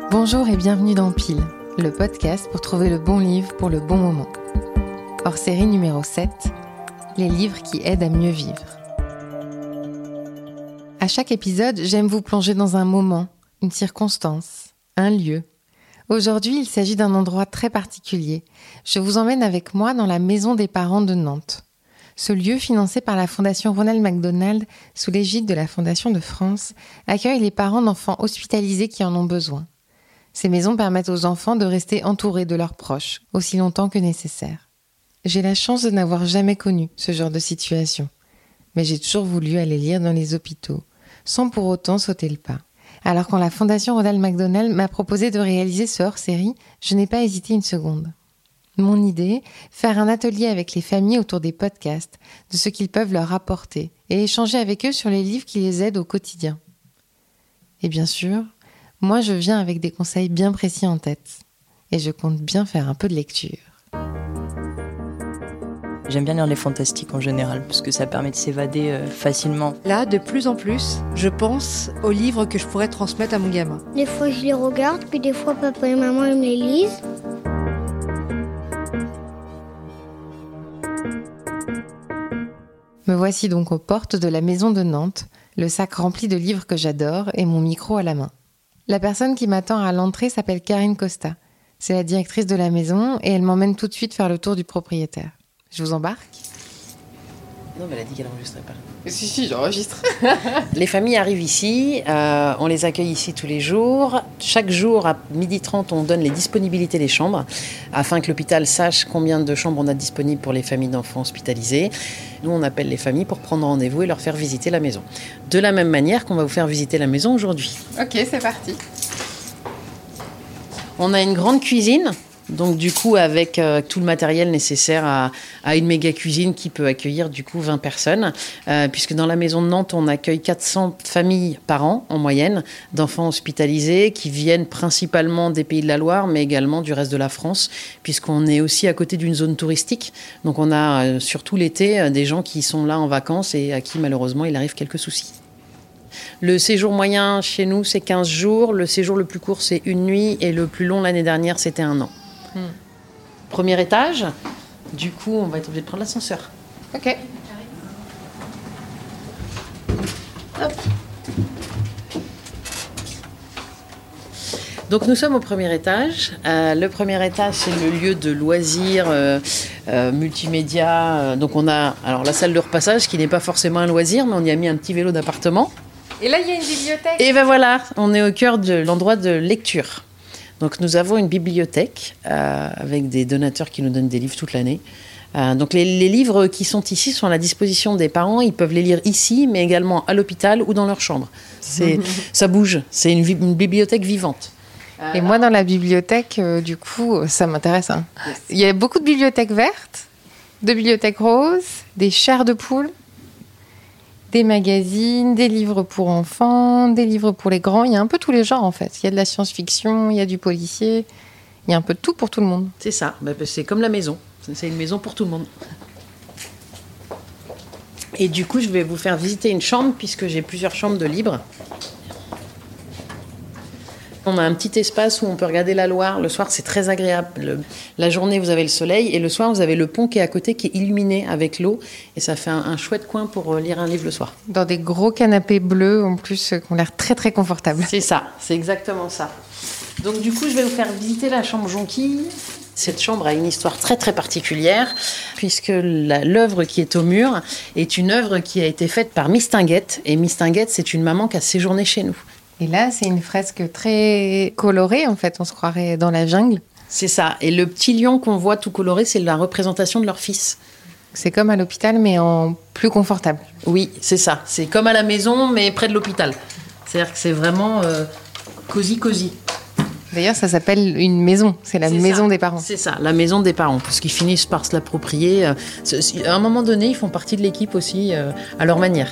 Bonjour et bienvenue dans Pile, le podcast pour trouver le bon livre pour le bon moment. Hors série numéro 7, les livres qui aident à mieux vivre. À chaque épisode, j'aime vous plonger dans un moment, une circonstance, un lieu. Aujourd'hui, il s'agit d'un endroit très particulier. Je vous emmène avec moi dans la maison des parents de Nantes. Ce lieu, financé par la Fondation Ronald McDonald, sous l'égide de la Fondation de France, accueille les parents d'enfants hospitalisés qui en ont besoin. Ces maisons permettent aux enfants de rester entourés de leurs proches, aussi longtemps que nécessaire. J'ai la chance de n'avoir jamais connu ce genre de situation, mais j'ai toujours voulu aller lire dans les hôpitaux, sans pour autant sauter le pas. Alors quand la Fondation Ronald McDonald m'a proposé de réaliser ce hors-série, je n'ai pas hésité une seconde. Mon idée, faire un atelier avec les familles autour des podcasts, de ce qu'ils peuvent leur apporter, et échanger avec eux sur les livres qui les aident au quotidien. Et bien sûr, moi je viens avec des conseils bien précis en tête, et je compte bien faire un peu de lecture. J'aime bien lire les fantastiques en général, parce que ça permet de s'évader facilement. Là, de plus en plus, je pense aux livres que je pourrais transmettre à mon gamin. Des fois, je les regarde, puis des fois, papa et maman ils me les lisent. Me voici donc aux portes de la maison de Nantes, le sac rempli de livres que j'adore et mon micro à la main. La personne qui m'attend à l'entrée s'appelle Karine Costa. C'est la directrice de la maison et elle m'emmène tout de suite faire le tour du propriétaire. Je vous embarque ? Non, mais elle a dit qu'elle n'enregistrait pas. Si, j'enregistre. Les familles arrivent ici, on les accueille ici tous les jours. Chaque jour, à 12h30, on donne les disponibilités des chambres, afin que l'hôpital sache combien de chambres on a disponibles pour les familles d'enfants hospitalisés. Nous, on appelle les familles pour prendre rendez-vous et leur faire visiter la maison. De la même manière qu'on va vous faire visiter la maison aujourd'hui. Ok, c'est parti. On a une grande cuisine. Donc du coup, avec tout le matériel nécessaire à une méga cuisine qui peut accueillir du coup 20 personnes, puisque dans la maison de Nantes, on accueille 400 familles par an en moyenne d'enfants hospitalisés qui viennent principalement des Pays de la Loire, mais également du reste de la France, puisqu'on est aussi à côté d'une zone touristique. Donc on a surtout l'été des gens qui sont là en vacances et à qui malheureusement il arrive quelques soucis. Le séjour moyen chez nous, c'est 15 jours. Le séjour le plus court, c'est une nuit. Et le plus long l'année dernière, c'était 1 an. Premier étage, du coup on va être obligé de prendre l'ascenseur. Ok. Hop. Donc nous sommes au premier étage. Le premier étage, c'est le lieu de loisirs multimédia. Donc on a alors la salle de repassage qui n'est pas forcément un loisir, mais on y a mis un petit vélo d'appartement. Et là il y a une bibliothèque. Et ben voilà, on est au cœur de l'endroit de lecture. Donc nous avons une bibliothèque avec des donateurs qui nous donnent des livres toute l'année. Donc les livres qui sont ici sont à la disposition des parents. Ils peuvent les lire ici, mais également à l'hôpital ou dans leur chambre. Ça bouge, c'est une bibliothèque vivante. Et moi dans la bibliothèque, du coup, ça m'intéresse. Hein. Yes. Il y a beaucoup de bibliothèques vertes, de bibliothèques roses, des chairs de poule, des magazines, des livres pour enfants, des livres pour les grands. Il y a un peu tous les genres en fait. Il y a de la science-fiction, il y a du policier. Il y a un peu de tout pour tout le monde. C'est ça, c'est comme la maison. C'est une maison pour tout le monde. Et du coup, je vais vous faire visiter une chambre puisque j'ai plusieurs chambres de libre. On a un petit espace où on peut regarder la Loire. Le soir, c'est très agréable. La journée, vous avez le soleil. Et le soir, vous avez le pont qui est à côté, qui est illuminé avec l'eau. Et ça fait un chouette coin pour lire un livre le soir. Dans des gros canapés bleus, en plus, qui ont l'air très, très confortables. C'est ça, c'est exactement ça. Donc du coup, je vais vous faire visiter la chambre Jonquille. Cette chambre a une histoire très, très particulière, puisque l'œuvre qui est au mur est une œuvre qui a été faite par Mistinguett. Et Mistinguett, c'est une maman qui a séjourné chez nous. Et là, c'est une fresque très colorée, en fait. On se croirait dans la jungle. C'est ça. Et le petit lion qu'on voit tout coloré, c'est la représentation de leur fils. C'est comme à l'hôpital, mais en plus confortable. Oui, c'est ça. C'est comme à la maison, mais près de l'hôpital. C'est-à-dire que c'est vraiment cosy. D'ailleurs, ça s'appelle une maison. C'est la maison des parents. C'est ça, la maison des parents. Parce qu'ils finissent par se l'approprier. À un moment donné, ils font partie de l'équipe aussi, à leur manière.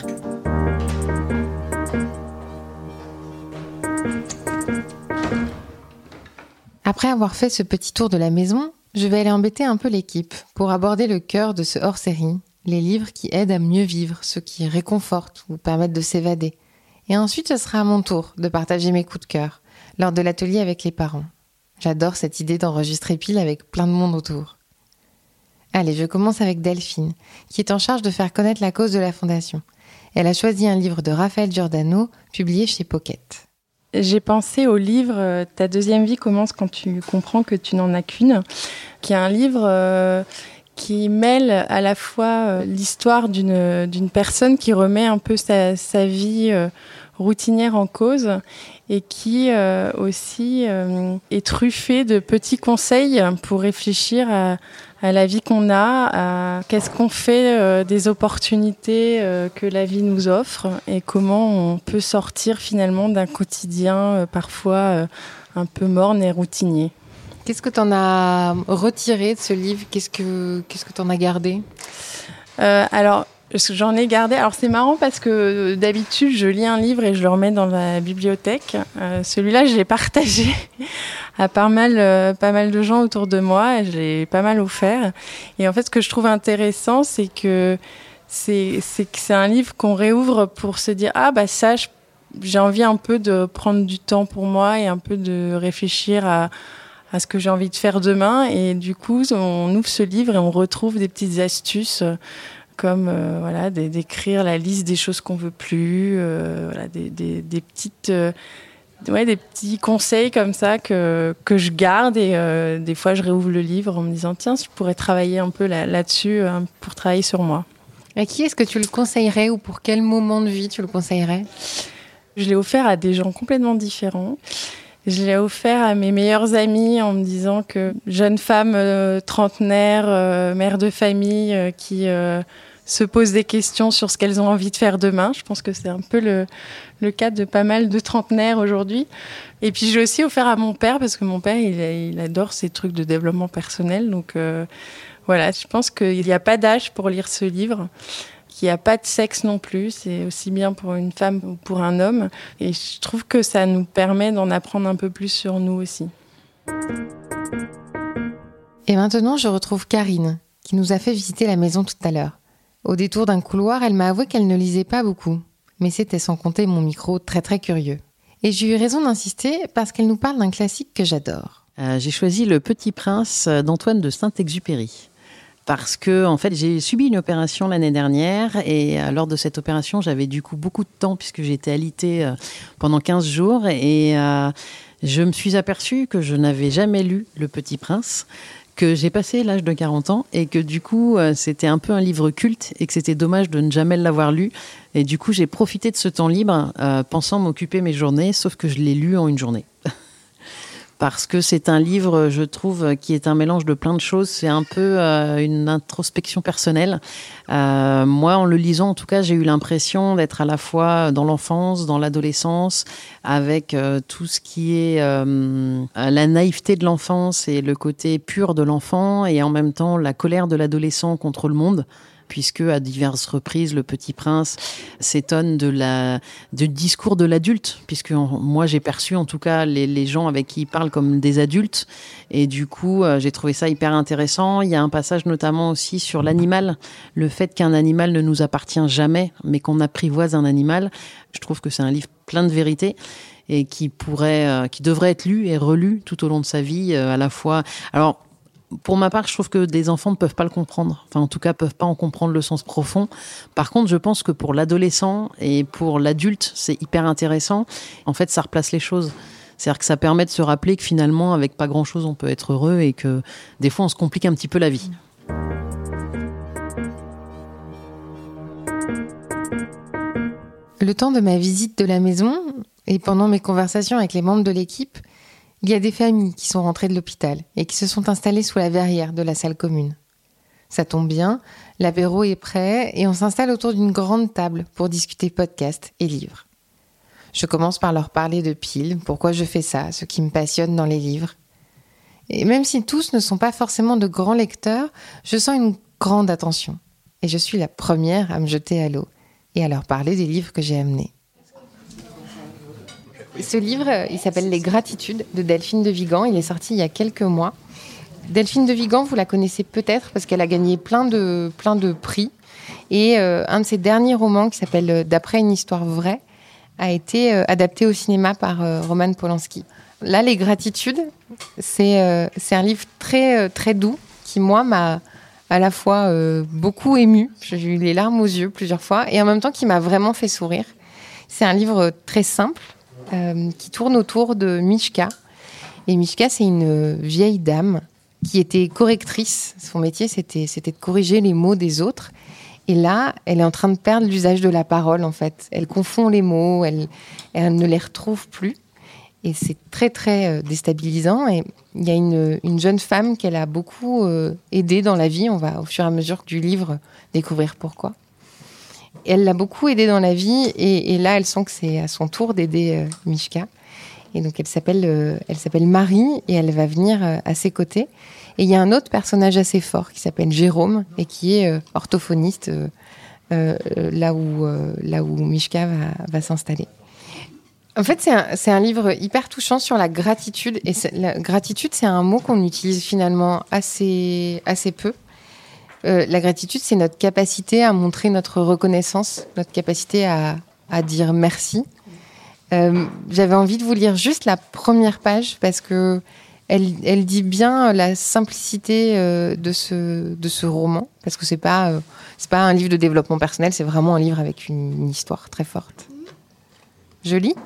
Après avoir fait ce petit tour de la maison, je vais aller embêter un peu l'équipe pour aborder le cœur de ce hors-série, les livres qui aident à mieux vivre, ceux qui réconfortent ou permettent de s'évader. Et ensuite, ce sera à mon tour de partager mes coups de cœur lors de l'atelier avec les parents. J'adore cette idée d'enregistrer pile avec plein de monde autour. Allez, je commence avec Delphine, qui est en charge de faire connaître la cause de la Fondation. Elle a choisi un livre de Raphaël Giordano, publié chez Pocket. J'ai pensé au livre « Ta deuxième vie commence quand tu comprends que tu n'en as qu'une », qui est un livre qui mêle à la fois l'histoire d'une personne qui remet un peu sa vie routinière en cause et qui aussi est truffée de petits conseils pour réfléchir à la vie qu'on a, à qu'est-ce qu'on fait des opportunités que la vie nous offre et comment on peut sortir finalement d'un quotidien parfois un peu morne et routinier. Qu'est-ce que tu en as retiré de ce livre ? Qu'est-ce que tu en as gardé ? Alors, j'en ai gardé. Alors, c'est marrant parce que d'habitude, je lis un livre et je le remets dans la bibliothèque. Celui-là, je l'ai partagé à pas mal de gens autour de moi. Je l'ai pas mal offert. Et en fait, ce que je trouve intéressant, c'est que c'est un livre qu'on réouvre pour se dire « Ah, bah ça, j'ai envie un peu de prendre du temps pour moi et un peu de réfléchir à ce que j'ai envie de faire demain. » Et du coup, on ouvre ce livre et on retrouve des petites astuces comme d'écrire la liste des choses qu'on veut plus, des petits conseils comme ça que je garde. Et des fois, je réouvre le livre en me disant « Tiens, je pourrais travailler un peu là-dessus pour travailler sur moi. » À qui est-ce que tu le conseillerais ou pour quel moment de vie tu le conseillerais ? Je l'ai offert à des gens complètement différents. Je l'ai offert à mes meilleures amies en me disant que jeune femme trentenaire, mère de famille qui se pose des questions sur ce qu'elles ont envie de faire demain. Je pense que c'est un peu le cas de pas mal de trentenaires aujourd'hui. Et puis j'ai aussi offert à mon père parce que mon père il adore ces trucs de développement personnel. Donc voilà, je pense qu'il n'y a pas d'âge pour lire ce livre. Il n'y a pas de sexe non plus, c'est aussi bien pour une femme ou pour un homme. Et je trouve que ça nous permet d'en apprendre un peu plus sur nous aussi. Et maintenant, je retrouve Karine, qui nous a fait visiter la maison tout à l'heure. Au détour d'un couloir, elle m'a avoué qu'elle ne lisait pas beaucoup. Mais c'était sans compter mon micro très très curieux. Et j'ai eu raison d'insister parce qu'elle nous parle d'un classique que j'adore. J'ai choisi Le Petit Prince d'Antoine de Saint-Exupéry. Parce que, en fait, j'ai subi une opération l'année dernière et lors de cette opération, j'avais du coup beaucoup de temps puisque j'étais alitée pendant 15 jours et je me suis aperçue que je n'avais jamais lu Le Petit Prince, que j'ai passé l'âge de 40 ans et que du coup, c'était un peu un livre culte et que c'était dommage de ne jamais l'avoir lu. Et du coup, j'ai profité de ce temps libre pensant m'occuper mes journées, sauf que je l'ai lu en une journée. Parce que c'est un livre, je trouve, qui est un mélange de plein de choses. C'est un peu une introspection personnelle. Moi, en le lisant, en tout cas, j'ai eu l'impression d'être à la fois dans l'enfance, dans l'adolescence, avec tout ce qui est la naïveté de l'enfance et le côté pur de l'enfant, et en même temps la colère de l'adolescent contre le monde. Puisque à diverses reprises, le Petit Prince s'étonne du discours de l'adulte, puisque moi j'ai perçu en tout cas les gens avec qui il parle comme des adultes, et du coup j'ai trouvé ça hyper intéressant. Il y a un passage notamment aussi sur l'animal, le fait qu'un animal ne nous appartient jamais, mais qu'on apprivoise un animal. Je trouve que c'est un livre plein de vérité et qui devrait être lu et relu tout au long de sa vie, à la fois. Alors, pour ma part, je trouve que des enfants ne peuvent pas le comprendre. Enfin, en tout cas, peuvent pas en comprendre le sens profond. Par contre, je pense que pour l'adolescent et pour l'adulte, c'est hyper intéressant. En fait, ça replace les choses. C'est-à-dire que ça permet de se rappeler que finalement, avec pas grand-chose, on peut être heureux et que des fois, on se complique un petit peu la vie. Le temps de ma visite de la maison et pendant mes conversations avec les membres de l'équipe, il y a des familles qui sont rentrées de l'hôpital et qui se sont installées sous la verrière de la salle commune. Ça tombe bien, l'apéro est prêt et on s'installe autour d'une grande table pour discuter podcast et livres. Je commence par leur parler de Pile, pourquoi je fais ça, ce qui me passionne dans les livres. Et même si tous ne sont pas forcément de grands lecteurs, je sens une grande attention. Et je suis la première à me jeter à l'eau et à leur parler des livres que j'ai amenés. Ce livre, il s'appelle Les Gratitudes de Delphine de Vigan. Il est sorti il y a quelques mois. Delphine de Vigan, vous la connaissez peut-être parce qu'elle a gagné plein de prix. Et un de ses derniers romans qui s'appelle D'après une histoire vraie a été adapté au cinéma par Roman Polanski. Là, Les Gratitudes, c'est un livre très, très doux qui, moi, m'a à la fois beaucoup émue. J'ai eu les larmes aux yeux plusieurs fois et en même temps qui m'a vraiment fait sourire. C'est un livre très simple qui tourne autour de Mishka. Et Mishka, c'est une vieille dame qui était correctrice. Son métier, c'était de corriger les mots des autres. Et là, elle est en train de perdre l'usage de la parole, en fait. Elle confond les mots, elle ne les retrouve plus. Et c'est très, très déstabilisant. Et il y a une jeune femme qu'elle a beaucoup aidée dans la vie. On va, au fur et à mesure du livre, découvrir pourquoi. Elle l'a beaucoup aidée dans la vie. Et là, elle sent que c'est à son tour d'aider Mishka. Et donc, elle s'appelle Marie et elle va venir à ses côtés. Et il y a un autre personnage assez fort qui s'appelle Jérôme et qui est orthophoniste là où Mishka va s'installer. En fait, c'est un livre hyper touchant sur la gratitude. Et la gratitude, c'est un mot qu'on utilise finalement assez peu. La gratitude, c'est notre capacité à montrer notre reconnaissance, notre capacité à dire merci. J'avais envie de vous lire juste la première page parce que elle dit bien la simplicité de ce roman, parce que c'est pas un livre de développement personnel, c'est vraiment un livre avec une histoire très forte. Je lis.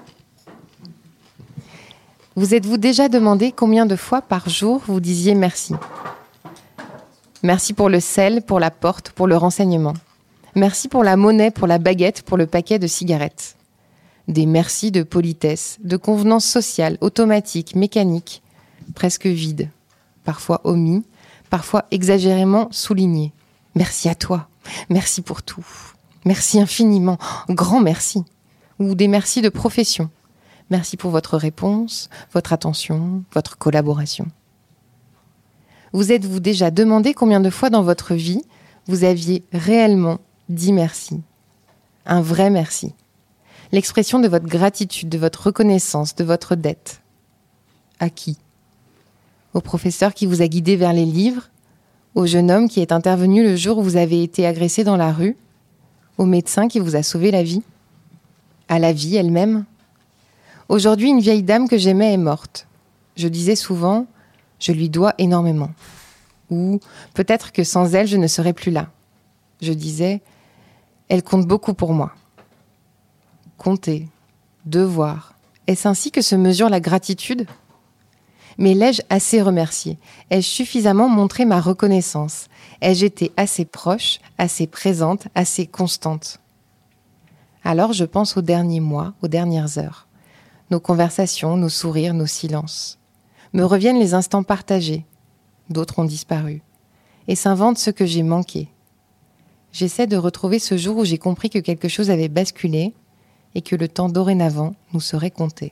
Vous êtes-vous déjà demandé combien de fois par jour vous disiez merci ? Merci pour le sel, pour la porte, pour le renseignement. Merci pour la monnaie, pour la baguette, pour le paquet de cigarettes. Des merci de politesse, de convenance sociale, automatique, mécanique, presque vide, parfois omis, parfois exagérément souligné. Merci à toi, merci pour tout, merci infiniment, grand merci. Ou des merci de profession. Merci pour votre réponse, votre attention, votre collaboration. Vous êtes-vous déjà demandé combien de fois dans votre vie vous aviez réellement dit merci ? Un vrai merci. L'expression de votre gratitude, de votre reconnaissance, de votre dette. À qui ? Au professeur qui vous a guidé vers les livres ? Au jeune homme qui est intervenu le jour où vous avez été agressé dans la rue ? Au médecin qui vous a sauvé la vie ? À la vie elle-même ? Aujourd'hui, une vieille dame que j'aimais est morte. Je disais souvent, je lui dois énormément. Ou peut-être que sans elle, je ne serais plus là. Je disais, elle compte beaucoup pour moi. Compter, devoir, est-ce ainsi que se mesure la gratitude ? Mais l'ai-je assez remerciée ? Ai-je suffisamment montré ma reconnaissance ? Ai-je été assez proche, assez présente, assez constante ? Alors je pense aux derniers mois, aux dernières heures. Nos conversations, nos sourires, nos silences. Me reviennent les instants partagés. D'autres ont disparu. Et s'invente ce que j'ai manqué. J'essaie de retrouver ce jour où j'ai compris que quelque chose avait basculé et que le temps dorénavant nous serait compté.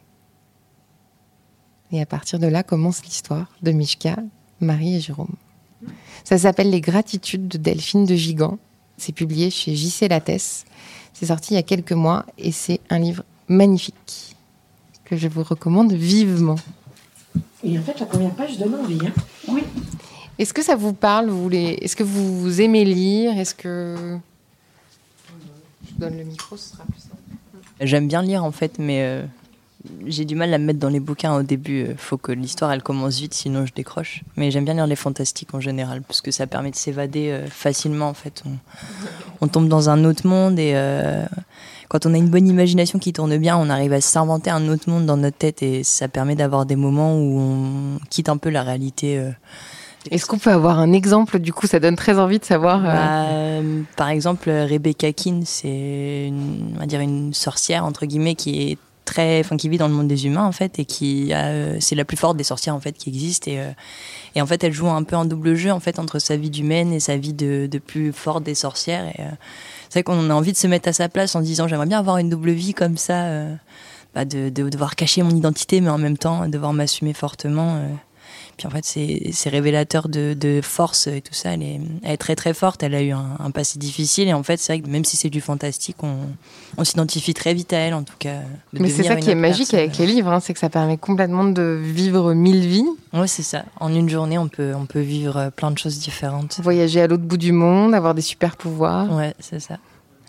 Et à partir de là commence l'histoire de Mishka, Marie et Jérôme. Ça s'appelle Les Gratitudes de Delphine de Vigan. C'est publié chez J.C. Lattès. C'est sorti il y a quelques mois et c'est un livre magnifique que je vous recommande vivement. Et en fait, la première page donne envie. Hein. Oui. Est-ce que ça vous parle ? Est-ce que vous aimez lire ? Est-ce que... Je vous donne le micro, ce sera plus simple. J'aime bien lire en fait, mais j'ai du mal à me mettre dans les bouquins au début. Faut que l'histoire elle commence vite, sinon je décroche. Mais j'aime bien lire les fantastiques en général, parce que ça permet de s'évader facilement en fait. On tombe dans un autre monde et quand on a une bonne imagination qui tourne bien, on arrive à s'inventer un autre monde dans notre tête et ça permet d'avoir des moments où on quitte un peu la réalité. Est-ce qu'on peut avoir un exemple ? Du coup, ça donne très envie de savoir. Par exemple, Rebecca Keane, c'est on va dire une sorcière entre guillemets qui est qui vit dans le monde des humains en fait et c'est la plus forte des sorcières en fait qui existe et en fait elle joue un peu un double jeu en fait entre sa vie d'humaine et sa vie de plus forte des sorcières et c'est vrai qu'on a envie de se mettre à sa place en se disant j'aimerais bien avoir une double vie comme ça de devoir cacher mon identité mais en même temps devoir m'assumer fortement puis en fait c'est révélateur de force et tout ça. Elle est très très forte, elle a eu un passé difficile et en fait c'est vrai que même si c'est du fantastique on s'identifie très vite à elle en tout cas. Mais c'est ça qui est magique avec les livres, c'est que ça permet complètement de vivre 1000 vies. Oui c'est ça, en une journée on peut vivre plein de choses différentes. Voyager à l'autre bout du monde, avoir des super pouvoirs. Ouais c'est ça.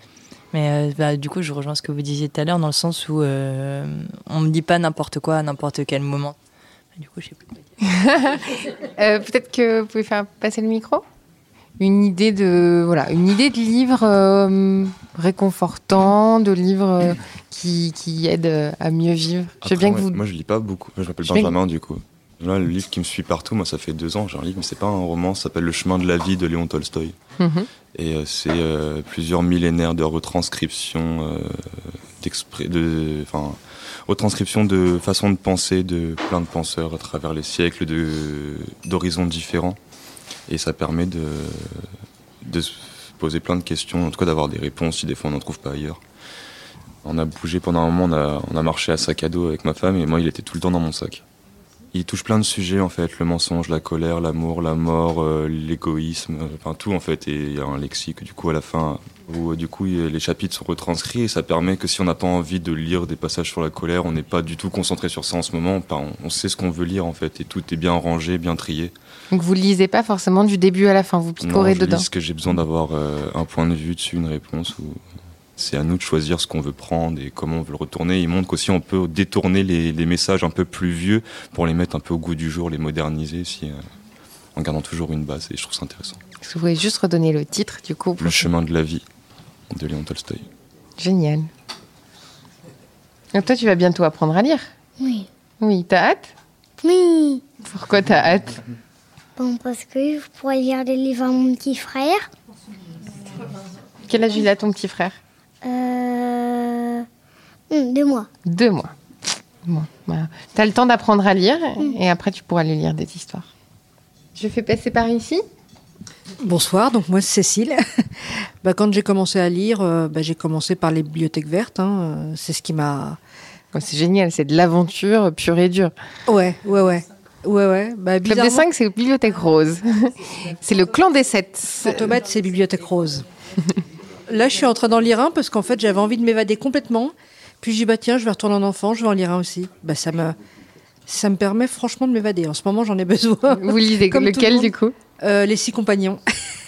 Mais du coup, je rejoins ce que vous disiez tout à l'heure, dans le sens où on me dit pas n'importe quoi à n'importe quel moment. Du coup, je sais plus quoi dire. Peut-être que vous pouvez faire passer le micro. Une idée de livre réconfortant, de livre qui aide à mieux vivre. Après, moi, je lis pas beaucoup. Je m'appelle Benjamin, du coup. Là, le livre qui me suit partout, moi, ça fait 2 ans, j'ai un livre, mais c'est pas un roman, ça s'appelle Le chemin de la vie de Léon Tolstoï. Et c'est plusieurs millénaires de retranscriptions, retranscription de façons de penser de plein de penseurs à travers les siècles, d'horizons différents. Et ça permet de se poser plein de questions, en tout cas d'avoir des réponses si des fois on n'en trouve pas ailleurs. On a bougé pendant un moment, on a marché à sac à dos avec ma femme, et moi il était tout le temps dans mon sac. Il touche plein de sujets en fait, le mensonge, la colère, l'amour, la mort, l'égoïsme, enfin tout en fait, et il y a un lexique du coup à la fin où du coup les chapitres sont retranscrits, et ça permet que si on n'a pas envie de lire des passages sur la colère, on n'est pas du tout concentré sur ça en ce moment, on sait ce qu'on veut lire en fait, et tout est bien rangé, bien trié. Donc vous lisez pas forcément du début à la fin, vous picorez dedans. Non, je lis ce que j'ai besoin d'avoir un point de vue dessus, une réponse, ou... C'est à nous de choisir ce qu'on veut prendre et comment on veut le retourner. Il montre qu'aussi on peut détourner les messages un peu plus vieux pour les mettre un peu au goût du jour, les moderniser en gardant toujours une base. Et je trouve ça intéressant. Est-ce que vous pouvez juste redonner le titre du coup Le chemin de la vie de Léon Tolstoï. Génial. Donc toi, tu vas bientôt apprendre à lire. Oui. Oui, t'as hâte? Oui. Pourquoi t'as hâte? Bon, parce que je pourrais lire des livres à mon petit frère. Quel âge il a ton petit frère? 2 mois. 2 mois. Bon, voilà. T'as le temps d'apprendre à lire et après tu pourras lui lire des histoires. Je fais passer par ici. Bonsoir, donc moi c'est Cécile. Quand j'ai commencé à lire, j'ai commencé par les bibliothèques vertes. C'est ce qui m'a... C'est génial, c'est de l'aventure pure et dure. Ouais. Club des 5, c'est Bibliothèque Rose. C'est le clan des 7. Fantomètre, c'est Bibliothèque Rose. Là, je suis en train d'en lire un parce qu'en fait, j'avais envie de m'évader complètement. Puis je dis, tiens, je vais retourner en enfant, je vais en lire un aussi. Ça me permet franchement de m'évader. En ce moment, j'en ai besoin. Vous lisez lequel, du coup? Les 6 compagnons.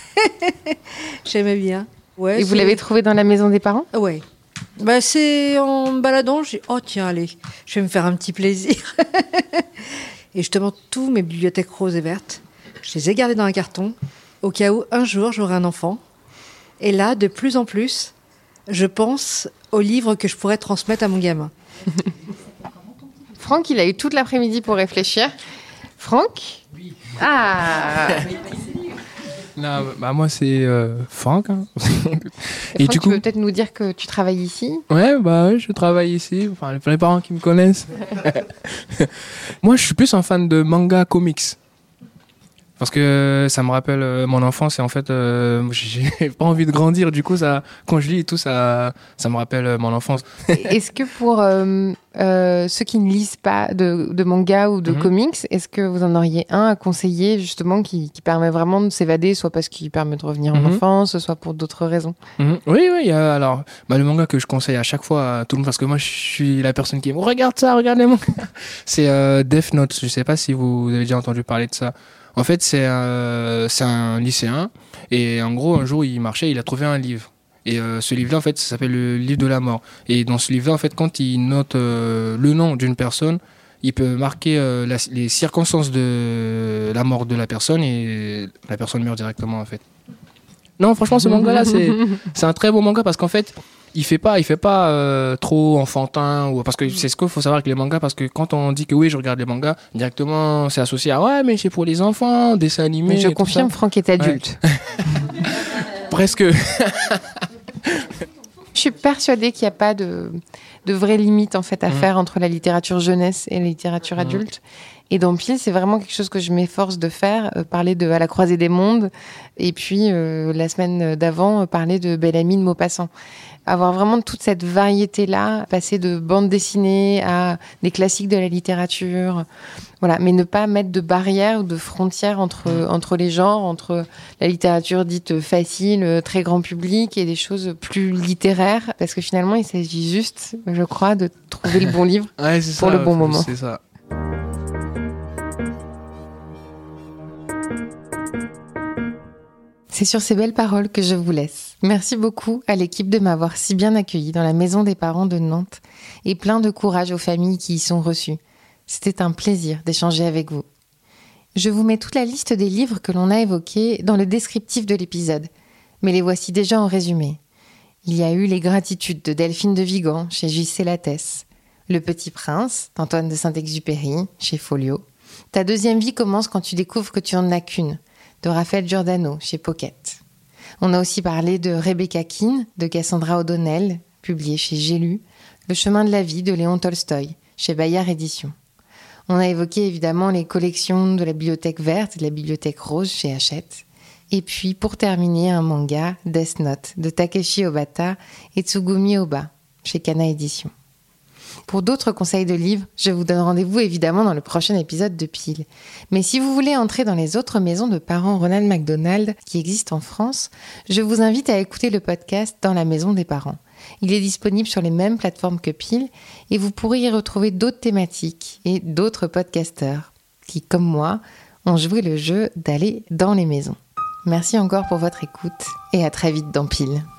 J'aimais bien. Ouais, et vous l'avez trouvé dans la maison des parents? Ouais. C'est en me baladant, j'ai dit, oh tiens, allez, je vais me faire un petit plaisir. Et justement, tous mes bibliothèques roses et vertes, je les ai gardées dans un carton, au cas où un jour, j'aurai un enfant. Et là, de plus en plus, je pense aux livres que je pourrais transmettre à mon gamin. Franck, il a eu toute l'après-midi pour réfléchir. Franck? Oui. Ah. Non, moi c'est Franck. Et Franck, du coup, tu peux peut-être nous dire que tu travailles ici? Ouais, je travaille ici. Enfin, les parents qui me connaissent. Moi, je suis plus un fan de manga comics. Parce que ça me rappelle mon enfance et en fait, j'ai pas envie de grandir. Du coup, quand je lis et tout, ça me rappelle mon enfance. Est-ce que pour ceux qui ne lisent pas de manga ou de comics, est-ce que vous en auriez un à conseiller justement qui permet vraiment de s'évader, soit parce qu'il permet de revenir en enfance, soit pour d'autres raisons? Oui, il y a alors le manga que je conseille à chaque fois à tout le monde, parce que moi je suis la personne qui aime regarde les mangas. C'est Death Note. Je sais pas si vous avez déjà entendu parler de ça. En fait, c'est un lycéen et en gros, un jour, il marchait, il a trouvé un livre. Et ce livre-là, en fait, ça s'appelle le livre de la mort. Et dans ce livre-là, en fait, quand il note le nom d'une personne, il peut marquer les circonstances de la mort de la personne et la personne meurt directement, en fait. Non, franchement, ce manga-là, c'est un très beau manga parce qu'en fait, il fait pas trop enfantin, parce que c'est ce qu'il faut savoir avec les mangas, parce que quand on dit que oui, je regarde les mangas, directement, c'est associé à ouais, mais c'est pour les enfants, dessin animé. Mais je confirme, Franck est adulte. Ouais. Presque. Je suis persuadée qu'il n'y a pas de vraie limite en fait à faire entre la littérature jeunesse et la littérature adulte. Et dans Pile, c'est vraiment quelque chose que je m'efforce de faire, parler de À la croisée des mondes, et puis la semaine d'avant, parler de Belle Amie de Maupassant. Avoir vraiment toute cette variété-là, passer de bande dessinée à des classiques de la littérature, voilà, mais ne pas mettre de barrières ou de frontières entre les genres, entre la littérature dite facile, très grand public, et des choses plus littéraires, parce que finalement, il s'agit juste, je crois, de trouver le bon livre pour le bon moment. C'est ça. C'est sur ces belles paroles que je vous laisse. Merci beaucoup à l'équipe de m'avoir si bien accueillie dans la maison des parents de Nantes et plein de courage aux familles qui y sont reçues. C'était un plaisir d'échanger avec vous. Je vous mets toute la liste des livres que l'on a évoqués dans le descriptif de l'épisode, mais les voici déjà en résumé. Il y a eu Les Gratitudes de Delphine de Vigan chez J.C. Lattès, Le Petit Prince d'Antoine de Saint-Exupéry chez Folio, Ta deuxième vie commence quand tu découvres que tu n'en as qu'une de Raphaël Giordano chez Pocket. On a aussi parlé de Rebecca Keane de Cassandra O'Donnell, publié chez J'ai lu, Le chemin de la vie de Léon Tolstoï chez Bayard Éditions. On a évoqué évidemment les collections de la Bibliothèque verte et de la Bibliothèque rose chez Hachette. Et puis, pour terminer, un manga, Death Note, de Takeshi Obata et Tsugumi Oba, chez Kana Éditions. Pour d'autres conseils de livres, je vous donne rendez-vous évidemment dans le prochain épisode de Pile. Mais si vous voulez entrer dans les autres maisons de parents Ronald McDonald qui existent en France, je vous invite à écouter le podcast Dans la maison des parents. Il est disponible sur les mêmes plateformes que Pile et vous pourrez y retrouver d'autres thématiques et d'autres podcasteurs qui, comme moi, ont joué le jeu d'aller dans les maisons. Merci encore pour votre écoute et à très vite dans Pile.